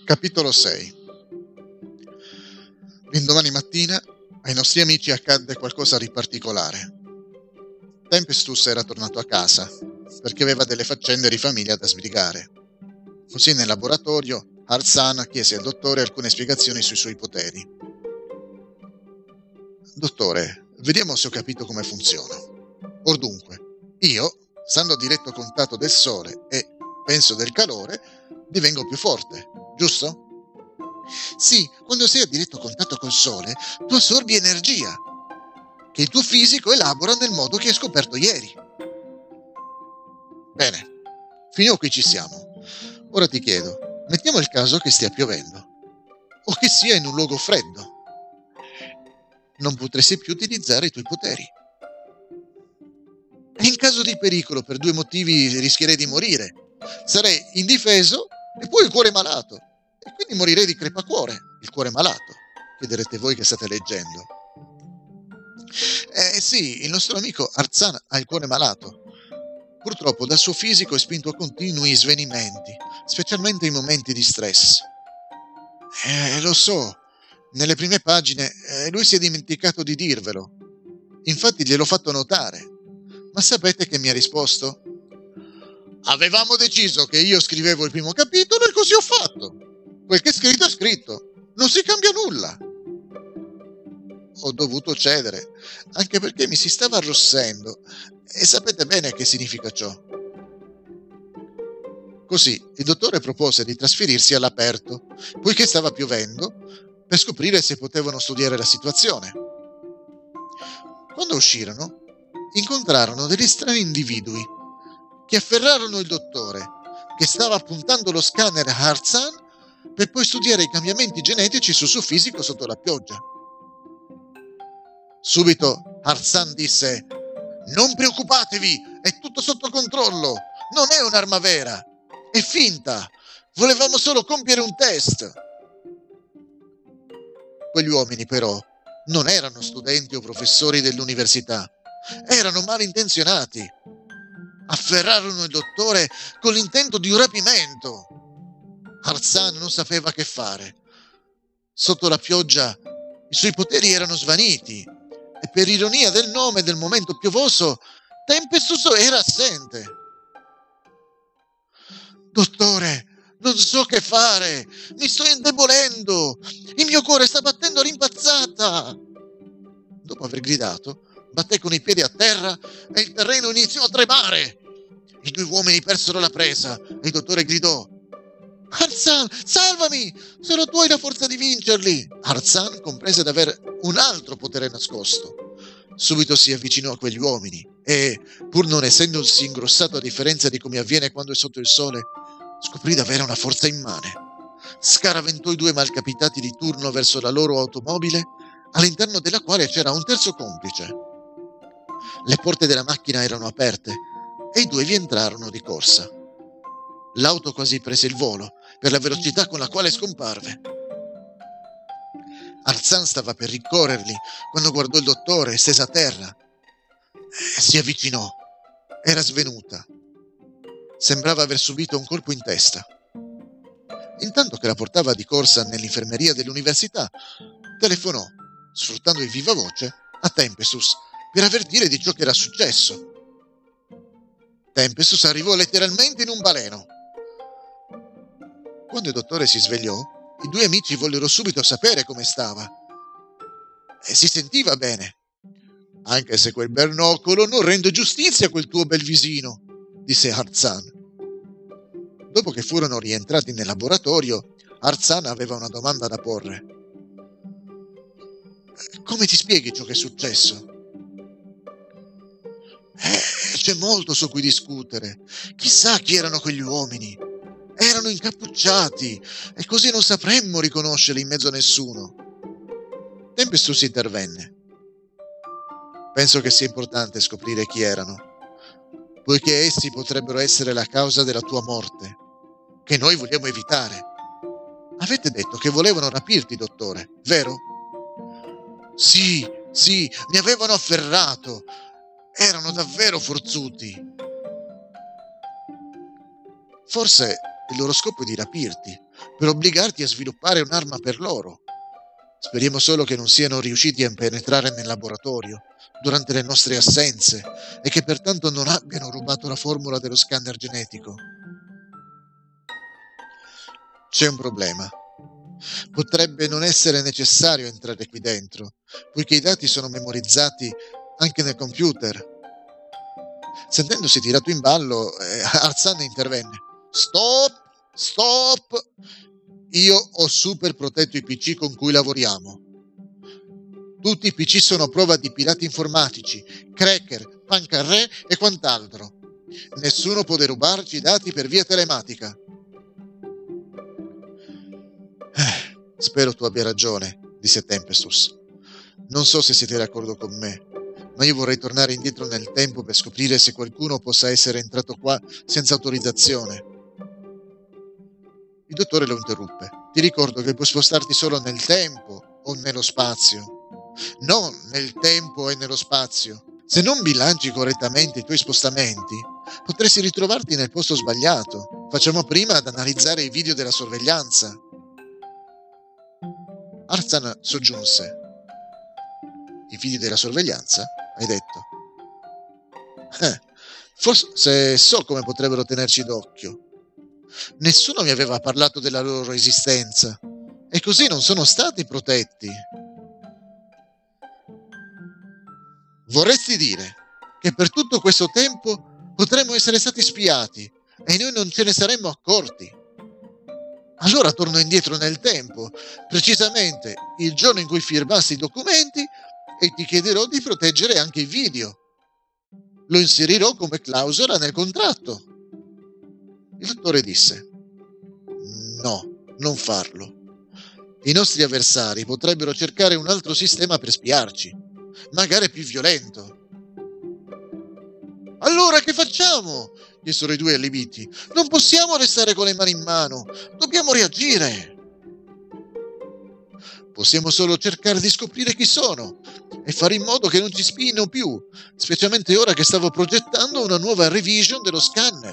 Capitolo 6. L'indomani mattina ai nostri amici accadde qualcosa di particolare. Tempestus era tornato a casa perché aveva delle faccende di famiglia da sbrigare. Così nel laboratorio Arzan chiese al dottore alcune spiegazioni sui suoi poteri. Dottore, vediamo se ho capito come funziona. Or dunque, io, stando a diretto contatto del sole e, penso, del calore, divengo più forte, giusto? Sì, quando sei a diretto contatto col sole, tu assorbi energia, che il tuo fisico elabora nel modo che hai scoperto ieri. Bene, fino a qui ci siamo. Ora ti chiedo, mettiamo il caso che stia piovendo, o che sia in un luogo freddo. Non potresti più utilizzare i tuoi poteri. E in caso di pericolo, per due motivi rischierei di morire. Sarei indifeso e poi il cuore malato. E quindi morirei di crepacuore, il cuore malato. Chiederete voi che state leggendo. Sì, il nostro amico Arzan ha il cuore malato. Purtroppo dal suo fisico è spinto a continui svenimenti, specialmente in momenti di stress. Lo so, nelle prime pagine lui si è dimenticato di dirvelo. Infatti gliel'ho fatto notare. Ma sapete che mi ha risposto? Avevamo deciso che io scrivevo il primo capitolo e così ho fatto. Quel che è scritto, non si cambia nulla. Ho dovuto cedere, anche perché mi si stava arrossendo, e sapete bene che significa ciò. Così il dottore propose di trasferirsi all'aperto, poiché stava piovendo, per scoprire se potevano studiare la situazione. Quando uscirono, incontrarono degli strani individui che afferrarono il dottore, che stava appuntando lo scanner a Arzan per poi studiare i cambiamenti genetici sul suo fisico sotto la pioggia. Subito Arzan disse: «Non preoccupatevi, è tutto sotto controllo, non è un'arma vera, è finta, volevamo solo compiere un test». Quegli uomini però non erano studenti o professori dell'università, erano malintenzionati. Afferrarono il dottore con l'intento di un rapimento. Arzan non sapeva che fare. Sotto la pioggia i suoi poteri erano svaniti e per ironia del nome del momento piovoso Tempestus era assente. «Dottore, non so che fare, mi sto indebolendo, il mio cuore sta battendo a rimpazzata». Dopo aver gridato, batté con i piedi a terra e il terreno iniziò a tremare. I due uomini persero la presa e il dottore gridò: «Arzan, salvami! Solo tu hai la forza di vincerli!» Arzan comprese di aver un altro potere nascosto. Subito si avvicinò a quegli uomini e, pur non essendosi ingrossato a differenza di come avviene quando è sotto il sole, scoprì di avere una forza immane. Scaraventò i due malcapitati di turno verso la loro automobile, all'interno della quale c'era un terzo complice. Le porte della macchina erano aperte e i due vi entrarono di corsa. L'auto quasi prese il volo per la velocità con la quale scomparve. Arzan stava per rincorrerli quando guardò il dottore stesa a terra. Si avvicinò. Era svenuta. Sembrava aver subito un colpo in testa. Intanto che la portava di corsa nell'infermeria dell'università, telefonò, sfruttando il vivavoce, a Tempestus per avvertire di ciò che era successo. Tempestus arrivò letteralmente in un baleno. Quando il dottore si svegliò, i due amici vollero subito sapere come stava. E si sentiva bene. «Anche se quel bernocolo non rende giustizia a quel tuo bel visino», disse Arzan. Dopo che furono rientrati nel laboratorio, Arzan aveva una domanda da porre. «Come ti spieghi ciò che è successo?» «C'è molto su cui discutere. Chissà chi erano quegli uomini. Erano incappucciati e così non sapremmo riconoscerli in mezzo a nessuno». Tempestus intervenne. «Penso che sia importante scoprire chi erano, poiché essi potrebbero essere la causa della tua morte, che noi vogliamo evitare. Avete detto che volevano rapirti, dottore, vero?» Sì, mi avevano afferrato. Erano davvero forzuti. Forse il loro scopo è di rapirti, per obbligarti a sviluppare un'arma per loro. Speriamo solo che non siano riusciti a penetrare nel laboratorio durante le nostre assenze e che pertanto non abbiano rubato la formula dello scanner genetico. C'è un problema. Potrebbe non essere necessario entrare qui dentro, poiché i dati sono memorizzati anche nel computer. Sentendosi tirato in ballo, Arzan intervenne. Stop! Stop! Io ho super protetto i PC con cui lavoriamo. Tutti i PC sono a prova di pirati informatici, cracker, pancarré e quant'altro. Nessuno può derubarci i dati per via telematica. Spero tu abbia ragione, disse Tempestus. Non so se siete d'accordo con me, ma io vorrei tornare indietro nel tempo per scoprire se qualcuno possa essere entrato qua senza autorizzazione. Il dottore lo interruppe. Ti ricordo che puoi spostarti solo nel tempo o nello spazio. Non nel tempo e nello spazio. Se non bilanci correttamente i tuoi spostamenti, potresti ritrovarti nel posto sbagliato. Facciamo prima ad analizzare i video della sorveglianza. Arzan soggiunse. I video della sorveglianza? Hai detto? Forse so come potrebbero tenerci d'occhio. Nessuno mi aveva parlato della loro esistenza e così non sono stati protetti. Vorresti dire che per tutto questo tempo potremmo essere stati spiati e noi non ce ne saremmo accorti? Allora torno indietro nel tempo, precisamente il giorno in cui firmassi i documenti, e ti chiederò di proteggere anche i video. Lo inserirò come clausola nel contratto. Il dottore disse: no, non farlo. I nostri avversari potrebbero cercare un altro sistema per spiarci, magari più violento. Allora che facciamo? Chiesero i due allibiti. Non possiamo restare con le mani in mano, dobbiamo reagire. Possiamo solo cercare di scoprire chi sono e fare in modo che non ci spiino più, specialmente ora che stavo progettando una nuova revision dello scanner.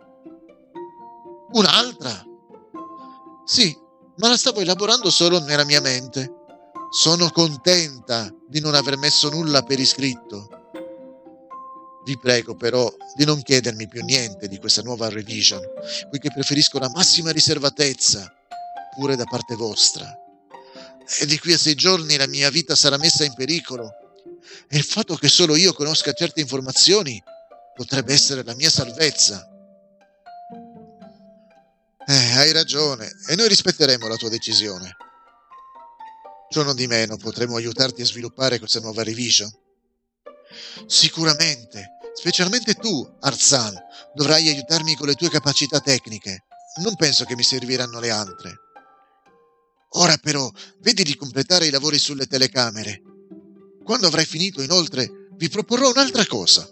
Un'altra? Sì, ma la stavo elaborando solo nella mia mente. Sono contenta di non aver messo nulla per iscritto. Vi prego però di non chiedermi più niente di questa nuova revision, poiché preferisco la massima riservatezza, pure da parte vostra. E di qui a 6 giorni la mia vita sarà messa in pericolo, e il fatto che solo io conosca certe informazioni potrebbe essere la mia salvezza. Hai ragione, e noi rispetteremo la tua decisione. Ciò non di meno potremo aiutarti a sviluppare questa nuova revision. Sicuramente, specialmente tu, Arzan, dovrai aiutarmi con le tue capacità tecniche. Non penso che mi serviranno le altre. Ora però, vedi di completare i lavori sulle telecamere. Quando avrai finito, inoltre, vi proporrò un'altra cosa.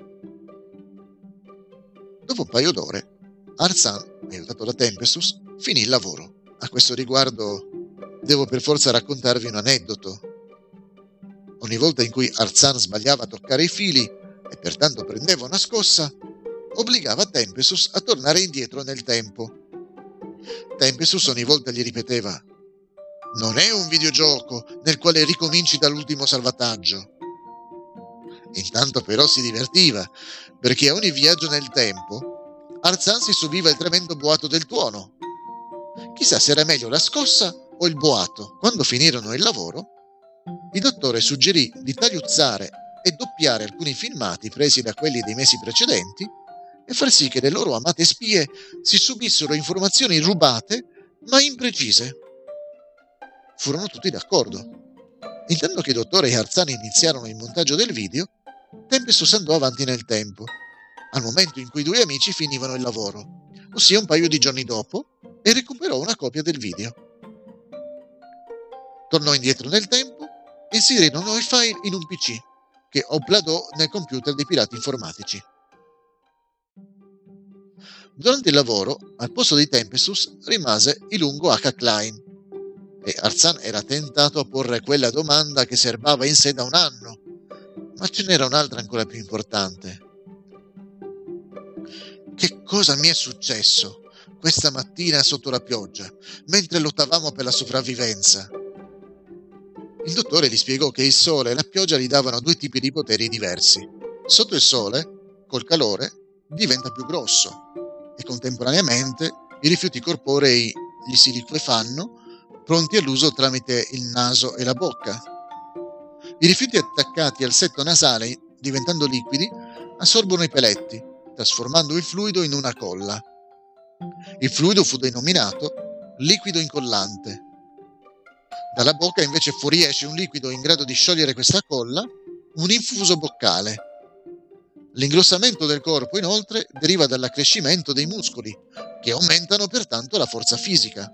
Dopo un paio d'ore, Arzan, aiutato da Tempestus, finì il lavoro. A questo riguardo, devo per forza raccontarvi un aneddoto. Ogni volta in cui Arzan sbagliava a toccare i fili e pertanto prendeva una scossa, obbligava Tempestus a tornare indietro nel tempo. Tempestus ogni volta gli ripeteva: non è un videogioco nel quale ricominci dall'ultimo salvataggio. Intanto però si divertiva, perché a ogni viaggio nel tempo Arzan si subiva il tremendo boato del tuono. Chissà se era meglio la scossa o il boato. Quando finirono il lavoro, il dottore suggerì di tagliuzzare e doppiare alcuni filmati presi da quelli dei mesi precedenti e far sì che le loro amate spie si subissero informazioni rubate ma imprecise. Furono tutti d'accordo. Intanto che il dottore e Arzan iniziarono il montaggio del video, Tempestus andò avanti nel tempo, al momento in cui i due amici finivano il lavoro, ossia un paio di giorni dopo, e recuperò una copia del video. Tornò indietro nel tempo e inserirono i file in un PC, che uploadò nel computer dei pirati informatici. Durante il lavoro, al posto di Tempestus rimase il lungo H. Klein, e Arzan era tentato a porre quella domanda che serbava in sé da un anno, ma ce n'era un'altra ancora più importante. Che cosa mi è successo? questa mattina sotto la pioggia, mentre lottavamo per la sopravvivenza. Il dottore gli spiegò che il sole e la pioggia gli davano due tipi di poteri diversi. Sotto il sole, col calore, diventa più grosso e contemporaneamente i rifiuti corporei gli si liquefanno, pronti all'uso tramite il naso e la bocca. I rifiuti attaccati al setto nasale, diventando liquidi, assorbono i peletti, trasformando il fluido in una colla. Il fluido fu denominato liquido incollante. Dalla bocca invece fuoriesce un liquido in grado di sciogliere questa colla, un infuso boccale. L'ingrossamento del corpo, inoltre, deriva dall'accrescimento dei muscoli, che aumentano pertanto la forza fisica.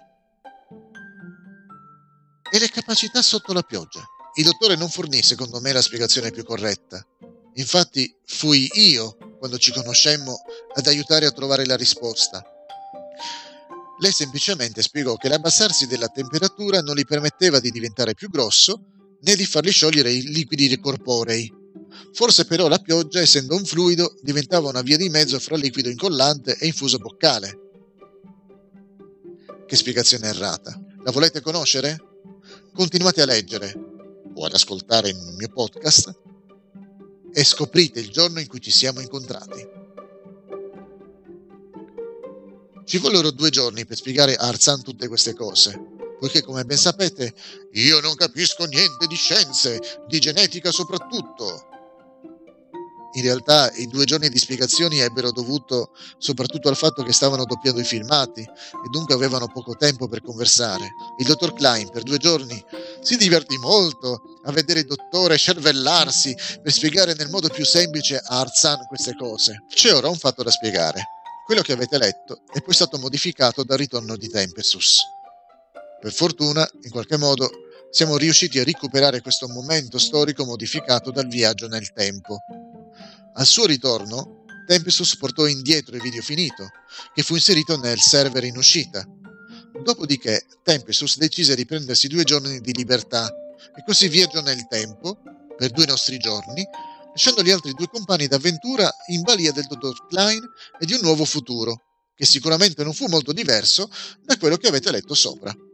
E le capacità sotto la pioggia? Il dottore non fornì, secondo me, la spiegazione più corretta. Infatti, fui io, quando ci conoscemmo, ad aiutare a trovare la risposta. Lei semplicemente spiegò che l'abbassarsi della temperatura non gli permetteva di diventare più grosso né di fargli sciogliere i liquidi corporei. Forse però la pioggia, essendo un fluido, diventava una via di mezzo fra liquido incollante e infuso boccale. Che spiegazione errata. La volete conoscere? Continuate a leggere o ad ascoltare il mio podcast e scoprite il giorno in cui ci siamo incontrati. Ci vollero 2 giorni per spiegare a Arzan tutte queste cose, poiché, come ben sapete, io non capisco niente di scienze, di genetica soprattutto. In realtà i 2 giorni di spiegazioni ebbero dovuto soprattutto al fatto che stavano doppiando i filmati e dunque avevano poco tempo per conversare. Il dottor Klein per 2 giorni si divertì molto a vedere il dottore scervellarsi per spiegare nel modo più semplice a Arzan queste cose. C'è ora un fatto da spiegare. Quello che avete letto è poi stato modificato dal ritorno di Tempesus. Per fortuna, in qualche modo, siamo riusciti a recuperare questo momento storico modificato dal viaggio nel tempo. Al suo ritorno, Tempesus portò indietro il video finito, che fu inserito nel server in uscita. Dopodiché, Tempesus decise di prendersi 2 giorni di libertà e così viaggiò nel tempo, per 2 nostri giorni, lasciando gli altri 2 compagni d'avventura in balia del dottor Klein e di un nuovo futuro, che sicuramente non fu molto diverso da quello che avete letto sopra.